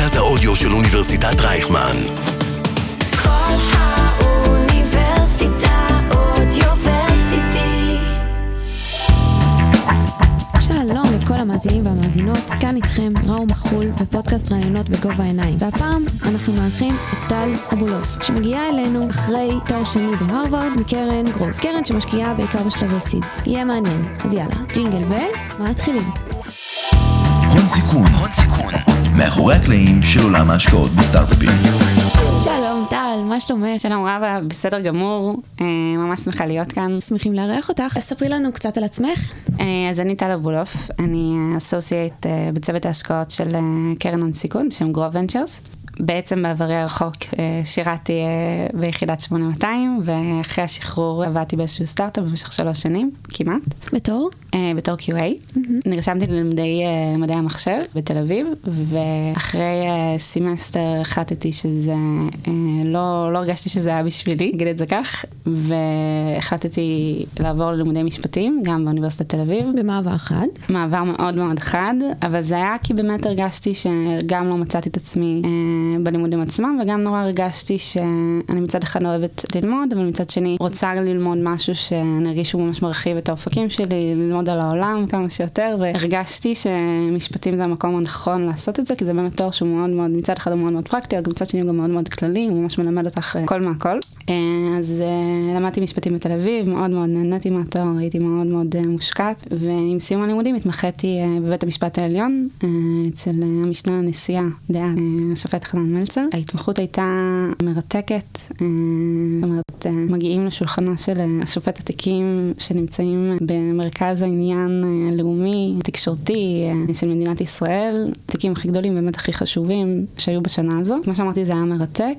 מרכז האודיו של אוניברסיטת רייכמן. כל האוניברסיטה אודיוורסיטי. שלום לכל המאזינים והמאזינות, כאן איתכם ראו מחול בפודקאסט רעיונות בגובה העיניים. והפעם אנחנו מארחים את טל אבולוף, שמגיעה אלינו אחרי תואר שני בהרווארד מקרן גרוב, קרן שמשקיעה בעיקר בשלבי סיד. יהיה מעניין, אז יאללה, ג'ינגל ומה מתחילים? הון סיכון, מאחורי הקלעים של עולם ההשקעות בסטארט-אפים. שלום טל, מה שלומך? שלום רבה, בסדר גמור, ממש שמחה להיות כאן. שמחים לארח אותך. ספרי לנו קצת על עצמך. אז אני טל אבולוף, אני אסוסייט בצוות ההשקעות של קרן הון סיכון בשם גרוב ונצ'רס. בעצם בעברי הרחוק שירתי ביחידת 8200, ואחרי השחרור עבדתי באיזשהו סטארט-אפ במשך 3 שנים, כמעט. בתור QA. נרשמתי ללימודי מדעי המחשב בתל אביב, ואחרי סמסטר החלטתי שזה, לא הרגשתי שזה היה בשבילי, נגיד את זה כך, והחלטתי לעבור ללימודי משפטים, גם באוניברסיטת תל אביב. במעבר חד. מעבר מאוד מאוד חד, אבל זה היה כי באמת הרגשתי שגם לא מצאתי את עצמי בלימודים עצמם, וגם נורא הרגשתי שאני מצד אחד לא אוהבת ללמוד, אבל מצד שני רוצה ללמוד משהו שאני ארגיש שהוא ממש מרחיב את האופקים שלי, ללמוד על העולם כמה שיותר, והרגשתי שמשפטים זה המקום הנכון לעשות את זה, כי זה באמת תואר שהוא מאוד מאוד, מצד אחד הוא מאוד מאוד פרקטי, אבל מצד שני הוא גם מאוד מאוד כללי, הוא ממש מלמד אותך כל מהכל. אז למדתי משפטים בתל אביב, מאוד מאוד נהניתי מהתואר, הייתי מאוד מאוד מושקעת, ועם סיום הלימודים התמחיתי בבית המשפט העליון, אצל המשנה לנשיאה דאז, השופט חנן מלצר. ההתמחות הייתה מרתקת, זאת אומרת, מגיעים לשולחנה של השופט התיקים שנמצאים במרכז העניין הלאומי, התקשורתי של מדינת ישראל, התיקים הכי גדולים, באמת הכי חשובים שהיו בשנה הזו. כמו שאמרתי, זה היה מרתק,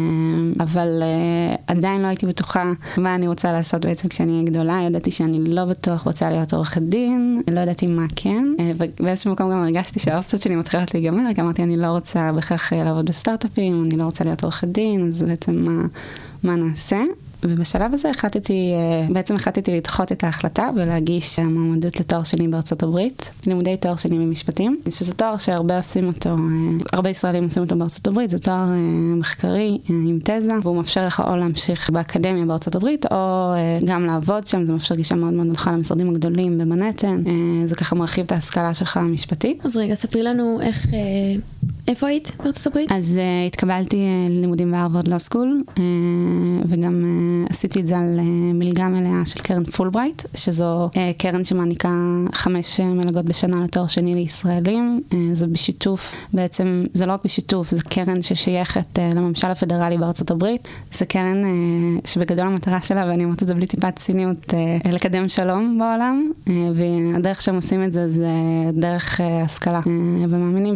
אבל עדיין לא הייתי בטוחה מה אני רוצה לעשות בעצם כשאני אהיה גדולה. ידעתי שאני לא בטוח רוצה להיות עורכת דין, לא ידעתי מה כן, ובאיזשהו מקום גם הרגשתי שהאופציות שלי מתחילות להיגמר, כי אמרתי אני לא רוצה בכך לעבוד בסטארט-אפים, אני לא רוצה להיות עורכת דין, אז בעצם מה נעשה? ובשלב הזה החלטתי לדחות את ההחלטה ולהגיש המועמדות לתואר שני בארצות הברית, לימודי תואר שני במשפטים, שזה תואר שהרבה עושים אותו, הרבה ישראלים עושים אותו בארצות הברית, זה תואר מחקרי עם תזה, והוא מאפשר לך או להמשיך באקדמיה בארצות הברית, או גם לעבוד שם, זה מאפשר גישה מאוד מאוד נוחה למשרדים הגדולים במנהטן, זה ככה מרחיב את ההשכלה שלך המשפטית. אז רגע, ספרי לנו איפה היית בארצות הברית? אז התקבלתי ללימודים בהרווארד לואו סקול, וגם עשיתי את זה על מלגה מלאה של קרן פולברייט, שזו קרן שמעניקה 5 מלגות בשנה לתואר שני לישראלים. זה בשיתוף, בעצם זה לא רק בשיתוף, זה קרן ששייכת לממשל הפדרלי בארצות הברית. זה קרן שבגדול המטרה שלה, ואני אומרת את זה בלי טיפת ציניות, לקדם שלום בעולם, והדרך שהם עושים את זה זה דרך השכלה, ומאמינים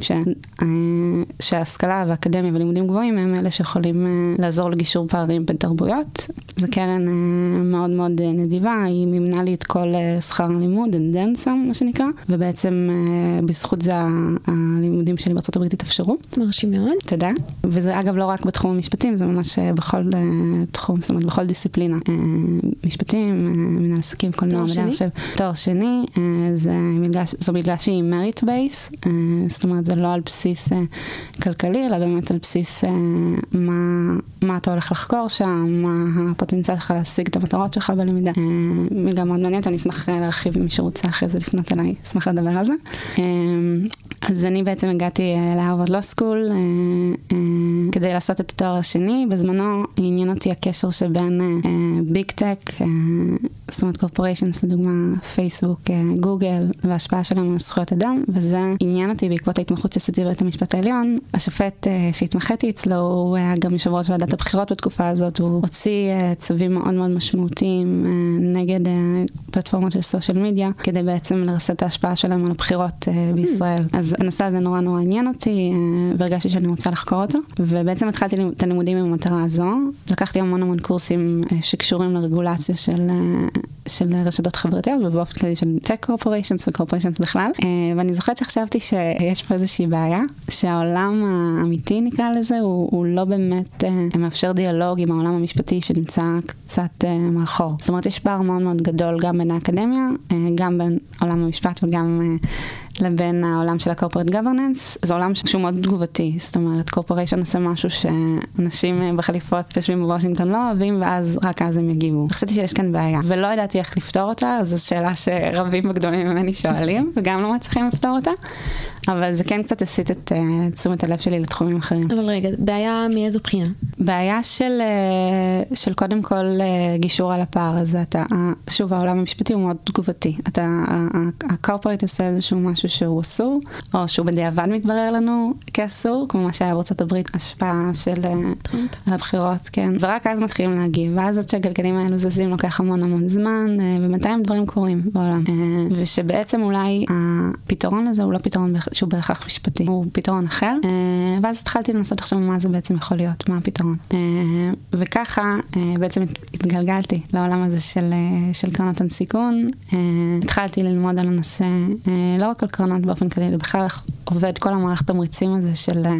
שההשכלה והאקדמיה ולימודים גבוהים הם אלה שיכולים לעזור לגישור פערים בין תרבויות. זו קרן מאוד מאוד נדיבה, היא מימנה לי את כל שכר הלימוד, and then some, מה שנקרא, ובעצם בזכות זה הלימודים שלי בארצות הברית התאפשרו. מרשים מאוד. תודה. וזה אגב לא רק בתחום המשפטים, זה ממש בכל תחום, זאת אומרת בכל דיסציפלינה. משפטים, מנהל עסקים, קולנוע, מדעי המחשב. תואר שני, זו מלגה שהיא merit base, זאת אומרת זה לא על בסיס כלכלי, אלא באמת על בסיס מה אתה הולך לחקור שם, מה הפוטנציאל שלך להשיג את המטרות שלך בלמידה. מלגה מאוד מעניינת, אני אשמח להרחיב אם מישהו רוצה אחרי זה לפנות אליי, אשמח לדבר על זה. אז אני בעצם הגעתי להרווארד לואו סקול כדי לעשות את התואר השני. בזמנו עניין אותי הקשר שבין ביג טק, זאת אומרת קורפוריישנס, לדוגמה פייסבוק, גוגל, וההשפעה שלהם על זכויות אדם, וזה עניין אותי בעקבות ההתמחות שעשיתי בבית המשפט העליון. השופט שהתמחיתי אצלו, הוא היה גם יושב ראש ועדת הבחירות בתקופה הזאת, הוא הוציא צווים מאוד מאוד משמעותיים נגד פלטפורמות של סושיאל מדיה, כדי בעצם לרסן את ההשפעה שלהם על הבחירות בישראל. אז הנושא הזה נורא נורא עניין אותי, והרגשתי שאני רוצה לחקור אותו, ובעצם התחלתי את הלימודים עם המטרה הזו. לקחתי המון קורסים שקשורים לרגולציה של רשתות חברתיות, ובאופן כללי של טק קורפוריישנס וקורפוריישנס בכלל. ואני זוכרת שחשבתי שיש פה איזושהי בעיה, שהעולם האמיתי נקרא לזה, הוא לא באמת מאפשר דיאלוג עם העולם המשפטי שנמצא קצת מאחור. זאת אומרת, יש פער מאוד מאוד גדול גם בין האקדמיה, גם בין עולם המשפט וגם לבין העולם של ה-corporate governance. זה עולם שהוא מאוד תגובתי, זאת אומרת, corporation עושה משהו שאנשים בחליפות שיושבים בוושינגטון לא אוהבים, ואז רק אז הם יגיבו. חשבתי שיש כאן בעיה, ולא ידעתי איך לפתור אותה, אז זו שאלה שרבים וגדולים ממני שואלים, וגם לא מצליחים לפתור אותה, אבל זה כן קצת הסיט את תשומת הלב שלי לתחומים אחרים. אבל רגע, בעיה מאיזו בחינה? בעיה של קודם כל גישור על הפער הזה. שוב, העולם המשפטי הוא מאוד תגובתי. הקורפורט עושה איזשהו משהו שהוא אסור, או שהוא בדיעבד מתברר לנו כאסור, כמו מה שהיה בארצות הברית, השפעה של הבחירות, כן. ורק אז מתחילים להגיב, ואז עד שהגלגלים האלו זזים לוקח המון זמן, ובינתיים דברים קורים בעולם. ושבעצם אולי הפתרון הזה הוא לא פתרון שהוא בהכרח משפטי, הוא פתרון אחר. ואז התחלתי לנסות לחשוב מה זה בעצם יכול להיות, מה הפתרון. וככה בעצם התגלגלתי לעולם הזה של קרנות הון סיכון. התחלתי ללמוד על הנושא, לא רק על קרנות באופן כללי, בכלל עובד כל המערכת תמריצים הזה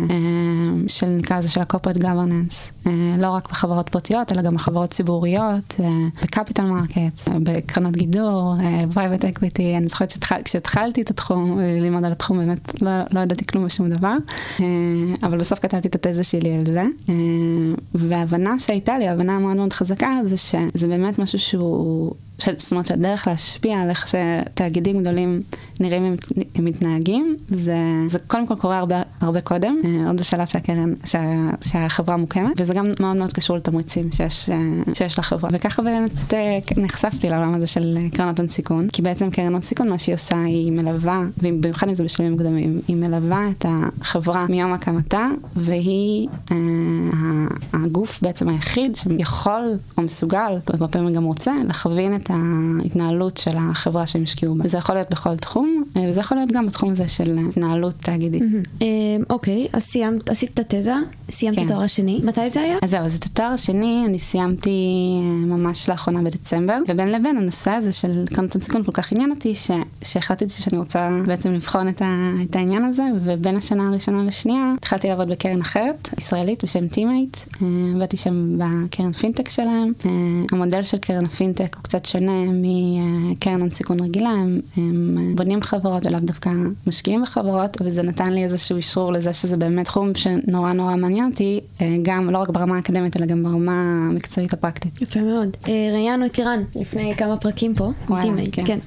של נקרא הזה של ה-corporate governance, לא רק בחברות פרטיות, אלא גם בחברות ציבוריות, בקפיטל מרקטס, בקרנות גידור, private equity. אני זוכרת כשהתחלתי את התחום, ללמוד על התחום, באמת לא ידעתי כלום בשום דבר, אבל בסוף כתבתי את התזה שלי על זה, וההבנה שהייתה לי, ההבנה מאוד מאוד חזקה, זה שזה באמת משהו שהוא, זאת אומרת שהדרך להשפיע על איך שתאגידים גדולים נראים הם מתנהגים, זה קודם כל קורה הרבה קודם, עוד בשלב שהחברה מוקמת, וזה גם מאוד מאוד קשור לתמריצים שיש לחברה. וככה באמת נחשפתי לעולם הזה של קרנות הון סיכון, כי בעצם קרן הון סיכון, מה שהיא עושה, היא מלווה, ובמיוחד אם זה בשלבים מוקדמים, היא מלווה את החברה מיום הקמתה, והיא הגוף בעצם היחיד שיכול או מסוגל, בפעמים גם רוצה, לכוון את ההתנהלות של החברה שהם השקיעו בה. וזה יכול להיות בכל תחום, וזה יכול להיות גם בתחום הזה של התנהלות תאגידית. אוקיי, אז עשית את התזה, סיימת את התואר השני. מתי זה היה? אז זהו, אז את התואר השני אני סיימתי ממש לאחרונה בדצמבר, ובין לבין הנושא הזה של קרנות הון סיכון כל כך עניין אותי, שהחלטתי שאני רוצה בעצם לבחון את העניין הזה, ובין השנה הראשונה לשנייה התחלתי לעבוד בקרן אחרת, ישראלית בשם טימייט, עבדתי שם בקרן פינטק שלהם. המודל של קרן הפינטק הוא קצת שונה מקרן הון סיכון רגילה, הם בונים חברות ולאו דווקא משקיעים בחברות, וזה נתן לי איזשהו אישור לזה שזה באמת תחום שנורא מעניין אותי, גם לא רק ברמה האקדמית, אלא גם ברמה המקצועית הפרקטית. יפה מאוד. ראיינו את אירן לפני כמה פרקים פה. וואלה, כן.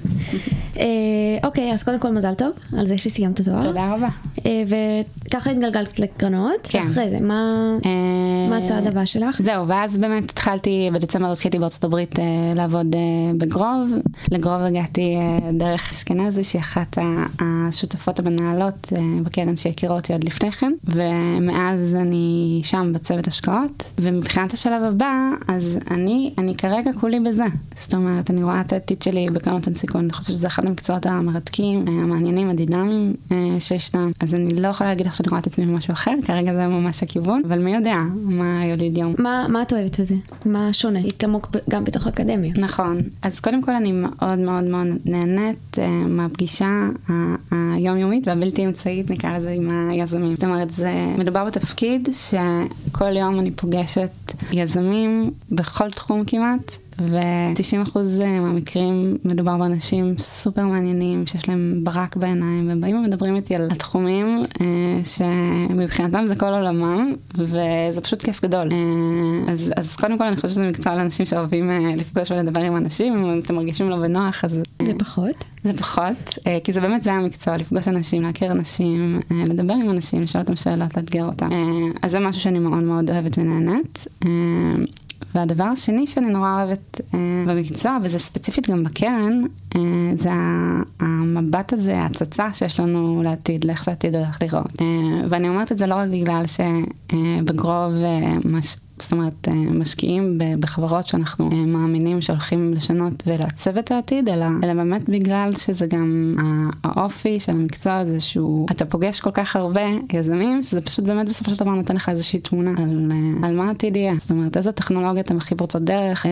אוקיי, אז קודם כל מזל טוב על זה שסיימת את התואר. תודה רבה. וככה התגלגלת לקרנות, ואחרי זה, מה הצעד הבא שלך? זהו, ואז באמת בדצמבר התחלתי בארצות הברית לעבוד בגרוב. לגרוב הגעתי דרך אשכנזי, שהיא אחת השותפות המנהלות בקרן שהכירה אותי עוד לפני כן, ומאז אני שם בצוות השקעות, ומבחינת השלב הבא, אז אני כרגע כולי בזה. זאת אומרת, אני רואה את העתיד שלי בקרנות הון סיכון, אני חושבת שזה אחד המקצועות המרתקים, המעניינים, הדינמיים שישנם, אז אני לא יכולה להגיד לך שאני רואה את עצמי במשהו אחר, כרגע זה ממש הכיוון, אבל מי יודע מה יוליד יום. מה את אוהבת בזה? מה שונה? התעמוק גם בתוך האקדמיה. נכון. אז קודם כל אני מאוד נהנית מהפגישה היומיומית והבלתי אמצעית, נקרא לזה, עם היזמים. זאת אומרת, זה מדובר בתפקיד שכל יום אני פוגשת יזמים בכל תחום כמעט, ו-90% מהמקרים מדובר באנשים סופר מעניינים, שיש להם ברק בעיניים, והם באים ומדברים איתי על התחומים שמבחינתם זה כל עולמם, וזה פשוט כיף גדול. אז קודם כל אני חושבת שזה מקצוע לאנשים שאוהבים לפגוש ולדבר עם אנשים, אם אתם מרגישים לא בנוח, אז... זה פחות? זה פחות, כי זה באמת זה המקצוע, לפגוש אנשים, להכיר אנשים, לדבר עם אנשים, לשאול אותם שאלות, לאתגר אותם. אז זה משהו שאני מאוד אוהבת ונהנית. והדבר השני שאני נורא אוהבת במקצוע, וזה ספציפית גם בקרן, זה המבט הזה, ההצצה שיש לנו לעתיד, לאיך שהעתיד הולך לראות. ואני אומרת את זה לא רק בגלל שבגרוב זאת אומרת, משקיעים בחברות שאנחנו מאמינים שהולכים לשנות ולעצב את העתיד, אלא באמת בגלל שזה גם האופי של המקצוע הזה, אתה פוגש כל כך הרבה יזמים, שזה פשוט באמת בסופו של דבר נותן לך איזושהי תמונה על מה העתיד יהיה. זאת אומרת, איזה טכנולוגיות הם הכי פורצות דרך,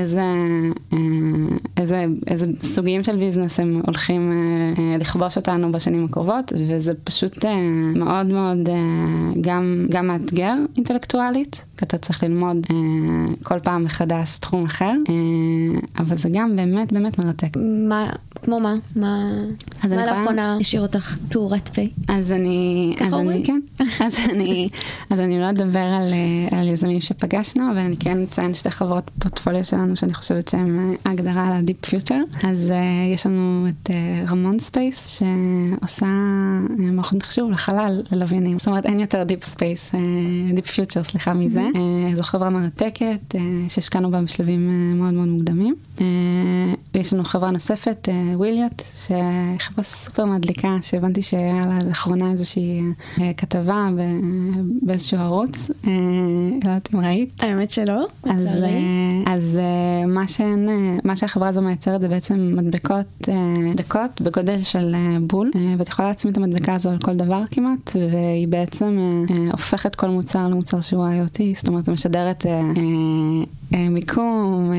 איזה סוגים של ביזנס הם הולכים לכבוש אותנו בשנים הקרובות, וזה פשוט מאוד גם מאתגר אינטלקטואלית, כי אתה צריך ללמוד כל פעם מחדש תחום אחר, אבל זה גם באמת מרתק. כמו מה? מה אז אני יכולה- לאחרונה השאיר אותך פעורת פה? אז אני אומרים? כן, אז אני לא אדבר על יזמים שפגשנו, אבל אני כן אציין שתי חברות פורטפוליו שלנו שאני חושבת שהן ההגדרה על הדיפ פיוטר. אז יש לנו את רמון ספייס שעושה מערכות מחשוב לחלל ללוויינים. זאת אומרת אין יותר דיפ ספייס, דיפ פיוטר, סליחה מזה. זו חברה מרתקת שהשקענו בה בשלבים מאוד מאוד מוקדמים. יש לנו חברה נוספת, וויליוט, שחברה סופר מדליקה, שהבנתי שהיה לה לאחרונה איזושהי כתבה באיזשהו ערוץ, לא יודעת אם ראית. האמת שלא, אז מה שהחברה הזו מייצרת זה בעצם מדבקות דקות בגודל של בול, ואת יכולה להצמיד את המדבקה הזו על כל דבר כמעט, והיא בעצם הופכת כל מוצר למוצר שהוא IoT, זאת אומרת, משדרת מיקום,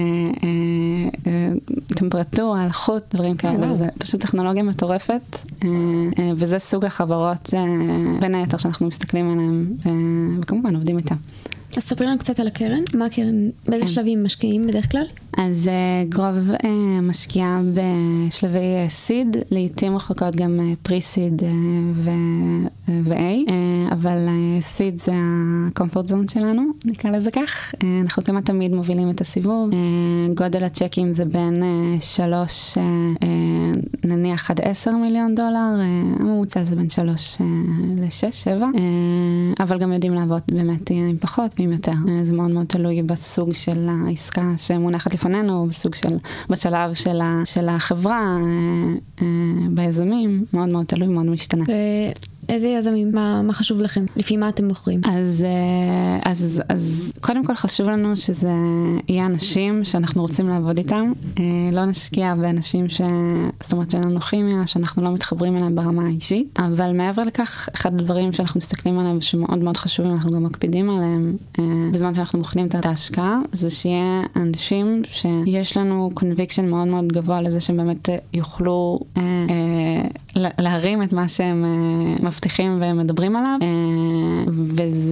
טמפרטורה, לחות, דברים כאלה, וזה פשוט טכנולוגיה מטורפת, וזה סוג החברות בין היתר שאנחנו מסתכלים עליהם, וכמובן עובדים איתם. אז ספרי לנו קצת על הקרן. מה הקרן? באיזה שלבים משקיעים בדרך כלל? אז גרוב משקיעה בשלבי סיד, לעתים רחוקות גם פרי-סיד ו-A, אבל סיד זה הקומפורט זון שלנו, נקרא לזה כך. אנחנו כמעט תמיד מובילים את הסיבוב. גודל הצ'קים זה בין 3, נניח עד 10 מיליון דולר, הממוצע זה בין 3 ל-6, 7, אבל גם יודעים לעבוד באמת עם פחות ועם יותר. זה מאוד מאוד תלוי בסוג של העסקה שמונחת לפנינו, בסוג של, בשלב של החברה, ביזמים, מאוד מאוד תלוי, מאוד משתנה. איזה יזמים? מה חשוב לכם? לפי מה אתם מוכרים? אז קודם כל חשוב לנו שזה יהיה אנשים שאנחנו רוצים לעבוד איתם. לא נשקיע באנשים זאת אומרת שאין לנו כימיה, שאנחנו לא מתחברים אליהם ברמה האישית. אבל מעבר לכך, אחד הדברים שאנחנו מסתכלים עליהם שמאוד מאוד חשובים, אנחנו גם מקפידים עליהם בזמן שאנחנו מוכנים את ההשקעה, זה שיהיה אנשים שיש לנו conviction מאוד מאוד גבוה לזה שהם באמת יוכלו להרים את מה שהם מבטיחים ומדברים עליו, וזה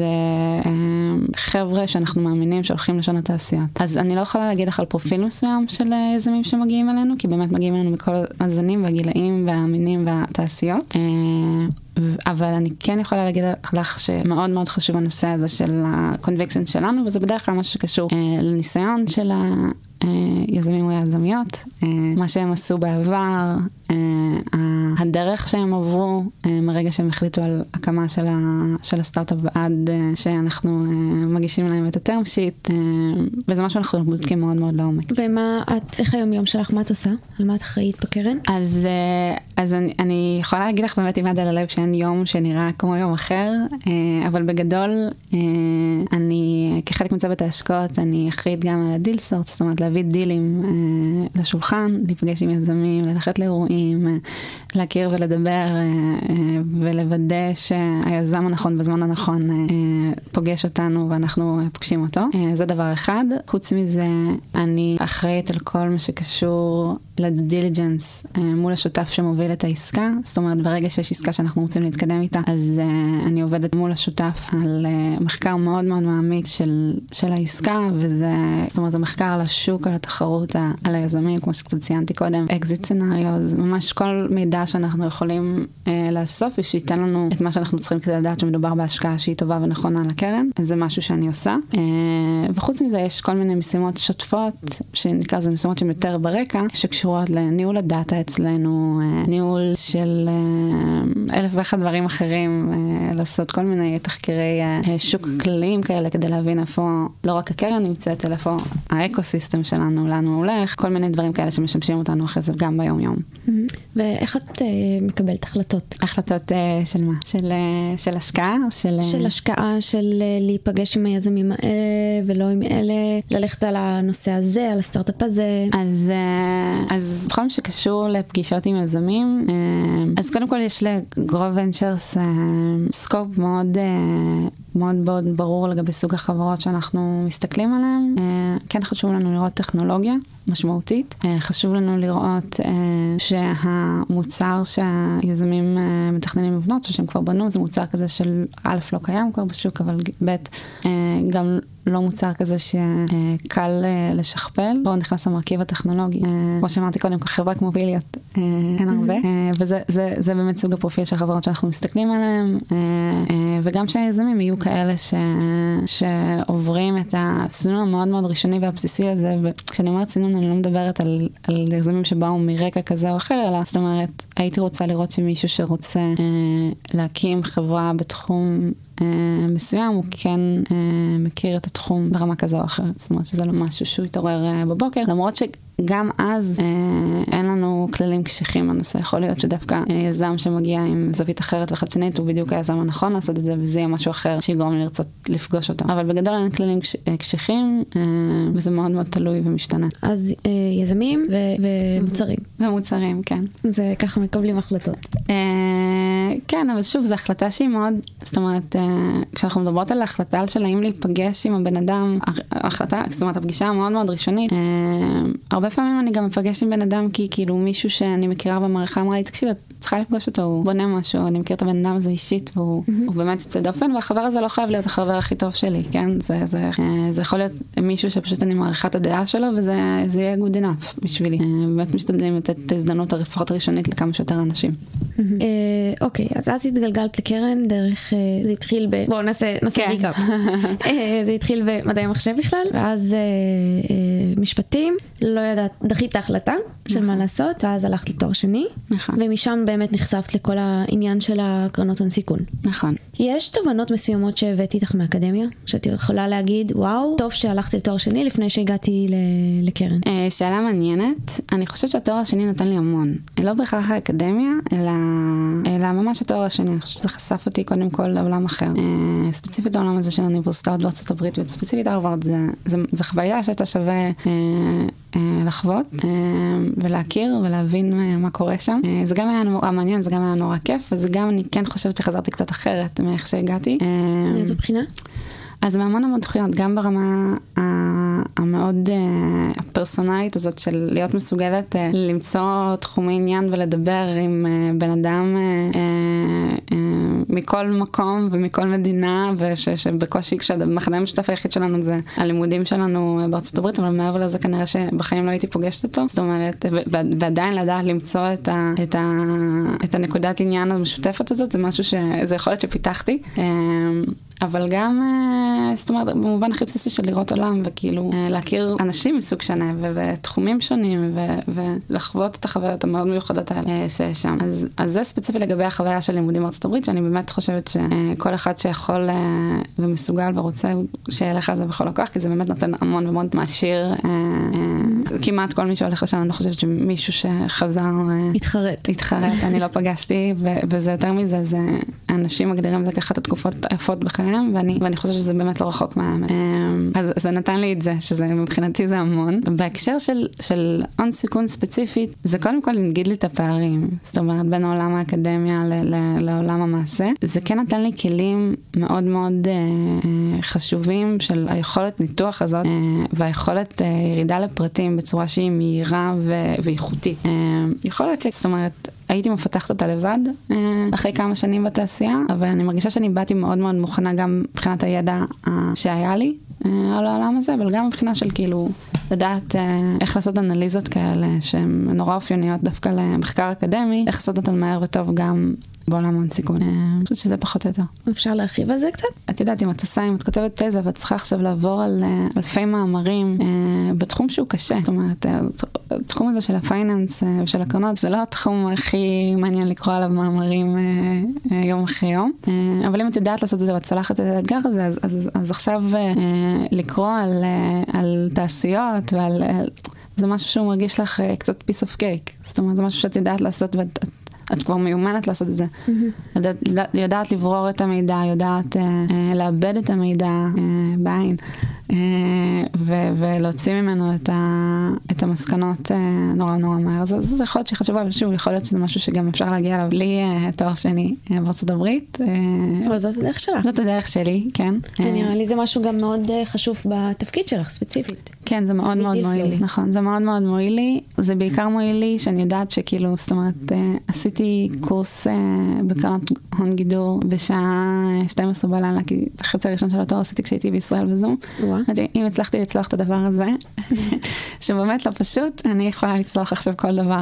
חבר'ה שאנחנו מאמינים שהולכים לשנות תעשיות. אז אני לא יכולה להגיד לך על פרופיל מסוים של יזמים שמגיעים אלינו, כי באמת מגיעים אלינו מכל הזנים והגילאים והמינים והתעשיות, אבל אני כן יכולה להגיד לך שמאוד מאוד חשוב הנושא הזה של ה-conviction שלנו, וזה בדרך כלל משהו שקשור לניסיון של יזמים או יזמיות, מה שהם עשו בעבר, הדרך שהם עברו מרגע שהם החליטו על הקמה של הסטארט-אפ עד שאנחנו מגישים להם את הטרם שיט, וזה משהו אנחנו בודקים מאוד מאוד לעומק. ומה איך היום יום שלך, מה את עושה? על מה את אחראית בקרן? אז אני יכולה להגיד לך באמת עם יד על הלב שאין יום שנראה כמו יום אחר, אבל בגדול אני כחלק מצוות ההשקעות אני אחראית גם על הדיל סורט, זאת אומרת להביא דילים לשולחן, לפגש עם יזמים, ללכת לאירועים, להכיר ולדבר ולוודא שהיזם הנכון בזמן הנכון פוגש אותנו ואנחנו פוגשים אותו. זה דבר אחד. חוץ מזה אני אחראית על כל מה שקשור לדיליג'נס מול השותף שמוביל את העסקה. זאת אומרת ברגע שיש עסקה שאנחנו רוצים להתקדם איתה, אז אני עובדת מול השותף על מחקר מאוד מאוד מעמיק של העסקה, וזה, זאת אומרת, זה מחקר על השוק, על התחרות, על היזמים, כמו שקצת ציינתי קודם, אקזיט סנריוז, ממש כל מידע שאנחנו יכולים לאסוף, ושייתן לנו את מה שאנחנו צריכים כדי לדעת שמדובר בהשקעה שהיא טובה ונכונה לקרן. זה משהו שאני עושה. וחוץ מזה יש כל מיני משימות שוטפות, שנקרא זה משימות שהן יותר ברקע, שקשורות לניהול הדאטה אצלנו, ניהול של 1,001 דברים אחרים, לעשות כל מיני תחקירי שוק כלליים כאלה, כדי להבין איפה לא רק הקרן נמצאת, אלא איפה האקוסיסטם שלנו, לאן הוא הולך, כל מיני דברים כאלה שמשמשים אותנו אחרי זה גם ביום יום. ואיך את מקבלת החלטות? החלטות של מה? של השקעה? של השקעה, של להיפגש עם היזמים האלה ולא עם אלה, ללכת על הנושא הזה, על הסטארט-אפ הזה. אז בכל מה שקשור לפגישות עם יזמים, אז קודם כל יש לגרוב ונצ'רס סקופ מאוד מאוד ברור לגבי סוג החברות שאנחנו מסתכלים עליהן. כן חשוב לנו לראות טכנולוגיה משמעותית. חשוב לנו לראות שהמוצר שהיזמים מתכננים לבנות, שהם כבר בנו, זה מוצר כזה של א' לא קיים כבר בשוק, אבל ב' גם לא מוצר כזה שקל לשכפל. פה נכנס המרכיב הטכנולוגי. כמו שאמרתי קודם, חברה כמו ויליות, אין הרבה. וזה באמת סוג הפרופיל של החברות שאנחנו מסתכלים עליהם, וגם שהיזמים יהיו כאלה שעוברים את הסינון המאוד מאוד ראשוני והבסיסי הזה, וכשאני אומרת סינון אני לא מדברת על יזמים שבאו מרקע כזה או אחר, אלא זאת אומרת, הייתי רוצה לראות שמישהו שרוצה להקים חברה בתחום מסוים, הוא כן מכיר את התחום ברמה כזו או אחרת. זאת אומרת שזה לא משהו שהוא יתעורר בבוקר, למרות שגם אז אין לנו כללים קשיחים בנושא. יכול להיות שדווקא יזם שמגיע עם זווית אחרת וחדשנית, הוא בדיוק היזם הנכון לעשות את זה, וזה יהיה משהו אחר שיגרום לי לרצות לפגוש אותו. אבל בגדול אין כללים קשיחים, וזה מאוד מאוד תלוי ומשתנה. אז יזמים ומוצרים. ומוצרים, כן. זה ככה מקבלים החלטות. כן, אבל שוב, זו החלטה שהיא מאוד, זאת אומרת, כשאנחנו מדברות על ההחלטה של האם להיפגש עם הבן אדם, ההחלטה, זאת אומרת, הפגישה המאוד מאוד ראשונית, הרבה פעמים אני גם מפגש עם בן אדם כי כאילו מישהו שאני מכירה במערכה אמרה לי, תקשיב, את צריכה לפגוש אותו, הוא בונה משהו, אני מכיר את הבן אדם הזה אישית, והוא באמת יוצא דופן, והחבר הזה לא חייב להיות החבר הכי טוב שלי, כן? זה יכול להיות מישהו שפשוט אני מעריכה את הדעה שלו, וזה יהיה good enough בשבילי. באמת משתדלים לתת את ההזדמנות לפחות הראשונית לכמה שיותר אנשים. אוקיי, אז התגלגלת לקרן דרך, זה התחיל בואו נעשה ריקאפ. זה התחיל במדעי המחשב בכלל, ואז משפטים, לא ידעת, דחית ההחלטה של מה לעשות, ואז הלכת לתואר שני, ומשם באמת נחשפת לכל העניין של הקרנות הון סיכון. נכון. יש תובנות מסוימות שהבאתי איתך מהאקדמיה, שאת יכולה להגיד, וואו, טוב שהלכתי לתואר שני לפני שהגעתי לקרן. שאלה מעניינת. אני חושבת שהתואר השני נתן לי המון. לא בהכרח האקדמיה, אלא ממש התואר השני. אני חושבת שזה חשף אותי קודם כל לעולם אחר. ספציפית העולם הזה של האוניברסיטאות בארצות הברית, וספציפית הרווארד, זה חוויה שהייתה שווה לחוות ולהכיר ולהבין מה קורה שם. זה גם היה נורא מעניין, זה גם היה נורא כיף, וזה גם אני כן חושבת שחזרתי קצת אחרת מאיך שהגעתי. מאיזו בחינה? אז מהמון המון בחינות, גם ברמה המאוד הפרסונלית הזאת של להיות מסוגלת למצוא תחומי עניין ולדבר עם בן אדם מכל מקום ומכל מדינה, ושבקושי כשהמחנה המשותף היחיד שלנו זה הלימודים שלנו בארצות הברית, אבל מעבר לזה כנראה שבחיים לא הייתי פוגשת אותו, זאת אומרת, ועדיין לדעת למצוא את הנקודת עניין המשותפת הזאת, זה משהו שזה יכול להיות שפיתחתי, אבל גם, זאת אומרת, במובן הכי בסיסי של לראות עולם, וכאילו להכיר אנשים מסוג שונה, ותחומים שונים, ולחוות את החוויות המאוד מיוחדות האלה שיש שם. אז זה ספציפי לגבי החוויה של לימודים בארצות הברית, שאני באמת חושבת שכל אחד שיכול ומסוגל ורוצה שילך על זה בכל הכוח, כי זה באמת נותן המון ומאוד מעשיר. כמעט כל מי שהולך לשם, אני לא חושבת שמישהו שחזר התחרט, אני לא פגשתי, וזה יותר מזה, זה אנשים מגדירים זה כאחת התקופות היפות בחיים, ואני חושבת שזה באמת לא רחוק מהאמת. אז זה נתן לי את זה, שזה מבחינתי זה המון. בהקשר של הון סיכון ספציפית, זה קודם כל נגיד לי את הפערים. זאת אומרת, בין עולם האקדמיה לעולם המעשה. זה כן נתן לי כלים מאוד מאוד חשובים של היכולת ניתוח הזאת, והיכולת ירידה לפרטים בצורה שהיא מהירה ואיכותית. יכולת זאת אומרת, הייתי מפתחת אותה לבד, אחרי כמה שנים בתעשייה, אבל אני מרגישה שאני באתי מאוד מאוד מוכנה גם מבחינת הידע שהיה לי על העולם הזה, אבל גם מבחינה של כאילו לדעת איך לעשות אנליזות כאלה, שהן נורא אופייניות דווקא למחקר אקדמי, איך לעשות אותן מהר וטוב גם בעולם ההון סיכון. אני חושבת שזה פחות או יותר. אפשר להרחיב על זה קצת? את יודעת, אם את עושה, אם את כותבת תזה, ואת צריכה עכשיו לעבור על אלפי מאמרים בתחום שהוא קשה. זאת אומרת, התחום הזה של הפייננס ושל הקרנות, זה לא התחום הכי מעניין לקרוא עליו מאמרים יום אחרי יום. אבל אם את יודעת לעשות את זה ואת צלחת את האתגר הזה, אז עכשיו לקרוא על תעשיות ועל... זה משהו שהוא מרגיש לך קצת piece of cake. זאת אומרת, זה משהו שאת יודעת לעשות את כבר מיומנת לעשות את זה. יודעת לברור את המידע, יודעת לאבד את המידע בעין, ולהוציא ממנו את המסקנות נורא נורא מהר. זה יכול להיות שחשובה, אבל שוב, יכול להיות שזה משהו שגם אפשר להגיע אליו בלי תואר שני בארצות הברית. אבל זאת הדרך שלך. זאת הדרך שלי, כן. ונראה לי זה משהו גם מאוד חשוב בתפקיד שלך, ספציפית. כן, זה מאוד מאוד מועיל לי. נכון, זה מאוד מאוד מועיל לי. זה בעיקר מועיל לי שאני יודעת שכאילו, זאת אומרת, עשיתי קורס בקרנות הון גידור בשעה 12 בלילה, כי את החצי הראשון של התואר עשיתי כשהייתי בישראל בזום. וואו. טובה. אם הצלחתי לצלוח את הדבר הזה, שבאמת לא פשוט, אני יכולה לצלוח עכשיו כל דבר.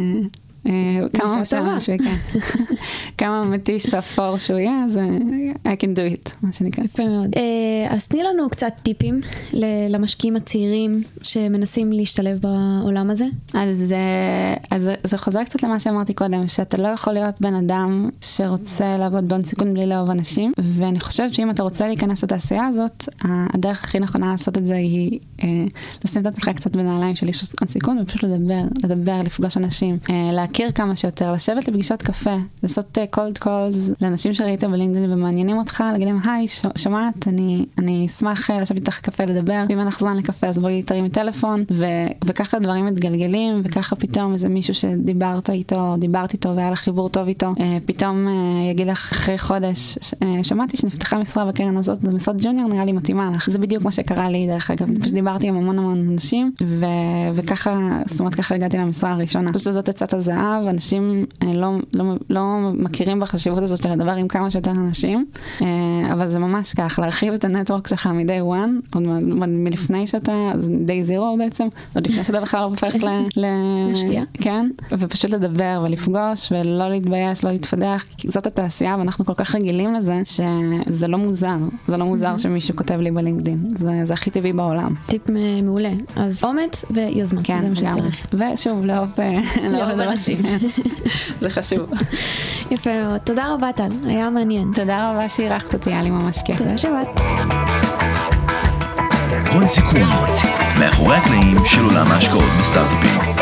כמה מתיש ואפור שהוא יהיה, אז I can do it, מה שנקרא. יפה מאוד. אז תני לנו קצת טיפים למשקיעים הצעירים שמנסים להשתלב בעולם הזה. אז זה חוזר קצת למה שאמרתי קודם, שאתה לא יכול להיות בן אדם שרוצה לעבוד בהון סיכון בלי לאהוב אנשים, ואני חושבת שאם אתה רוצה להיכנס לתעשייה הזאת, הדרך הכי נכונה לעשות את זה היא לשים את עצמך קצת בנעליים של איש הון סיכון, ופשוט לדבר, לפגוש אנשים, להכיר כמה שיותר, לשבת לפגישות קפה, לעשות cold calls לאנשים שראית בלינקדאין ומעניינים אותך, להגיד להם, היי, שומעת, אני אשמח לשבת איתך קפה לדבר, ואם אין לך זמן לקפה, אז בואי תרימי טלפון, וככה דברים מתגלגלים, וככה פתאום איזה מישהו שדיברת איתו, והיה לך חיבור טוב איתו, פתאום יגיד לך אחרי חודש, שמעתי שנפתחה משרה בקרן הזאת, זה משרד ג'וניור, נראה לי מתאימה לך. זה בדיוק מה שקרה לי, דרך אגב, פשוט דיברתי עם המון אנשים, וככה, זאת אומרת, ככה הגעתי למשרה הראשונה. פשוט זאת עצת הזהב, אנשים לא מכירים בחשיבות הזאת של לדבר עם כמה שיותר אנשים, אבל זה ממש כך, להרחיב את הנטוורק שלך מ-day one, עוד מלפני שאתה, day zero בעצם, עוד לפני שאתה בכלל הופך משקיע. כן, ופשוט לדבר ולפגוש, ולא להתבייש, לא להתפדח, זאת התעשייה, ואנחנו כל כך רגילים לזה, שזה לא מוזר, זה לא מוזר שמישהו כותב לי בלינקדין, זה הכי טבעי בעולם. טיפ מעולה. אז אומץ ויוזמה, זה מה שצריך. ושוב, לאהוב אנשים. זה חשוב. יפה מאוד. תודה רבה טל, היה מעניין. תודה רבה שאירחת אותי, היה לי ממש כיף. תודה שבאת. הון סיכון, מאחורי הקלעים של עולם ההשקעות בסטארט-אפים.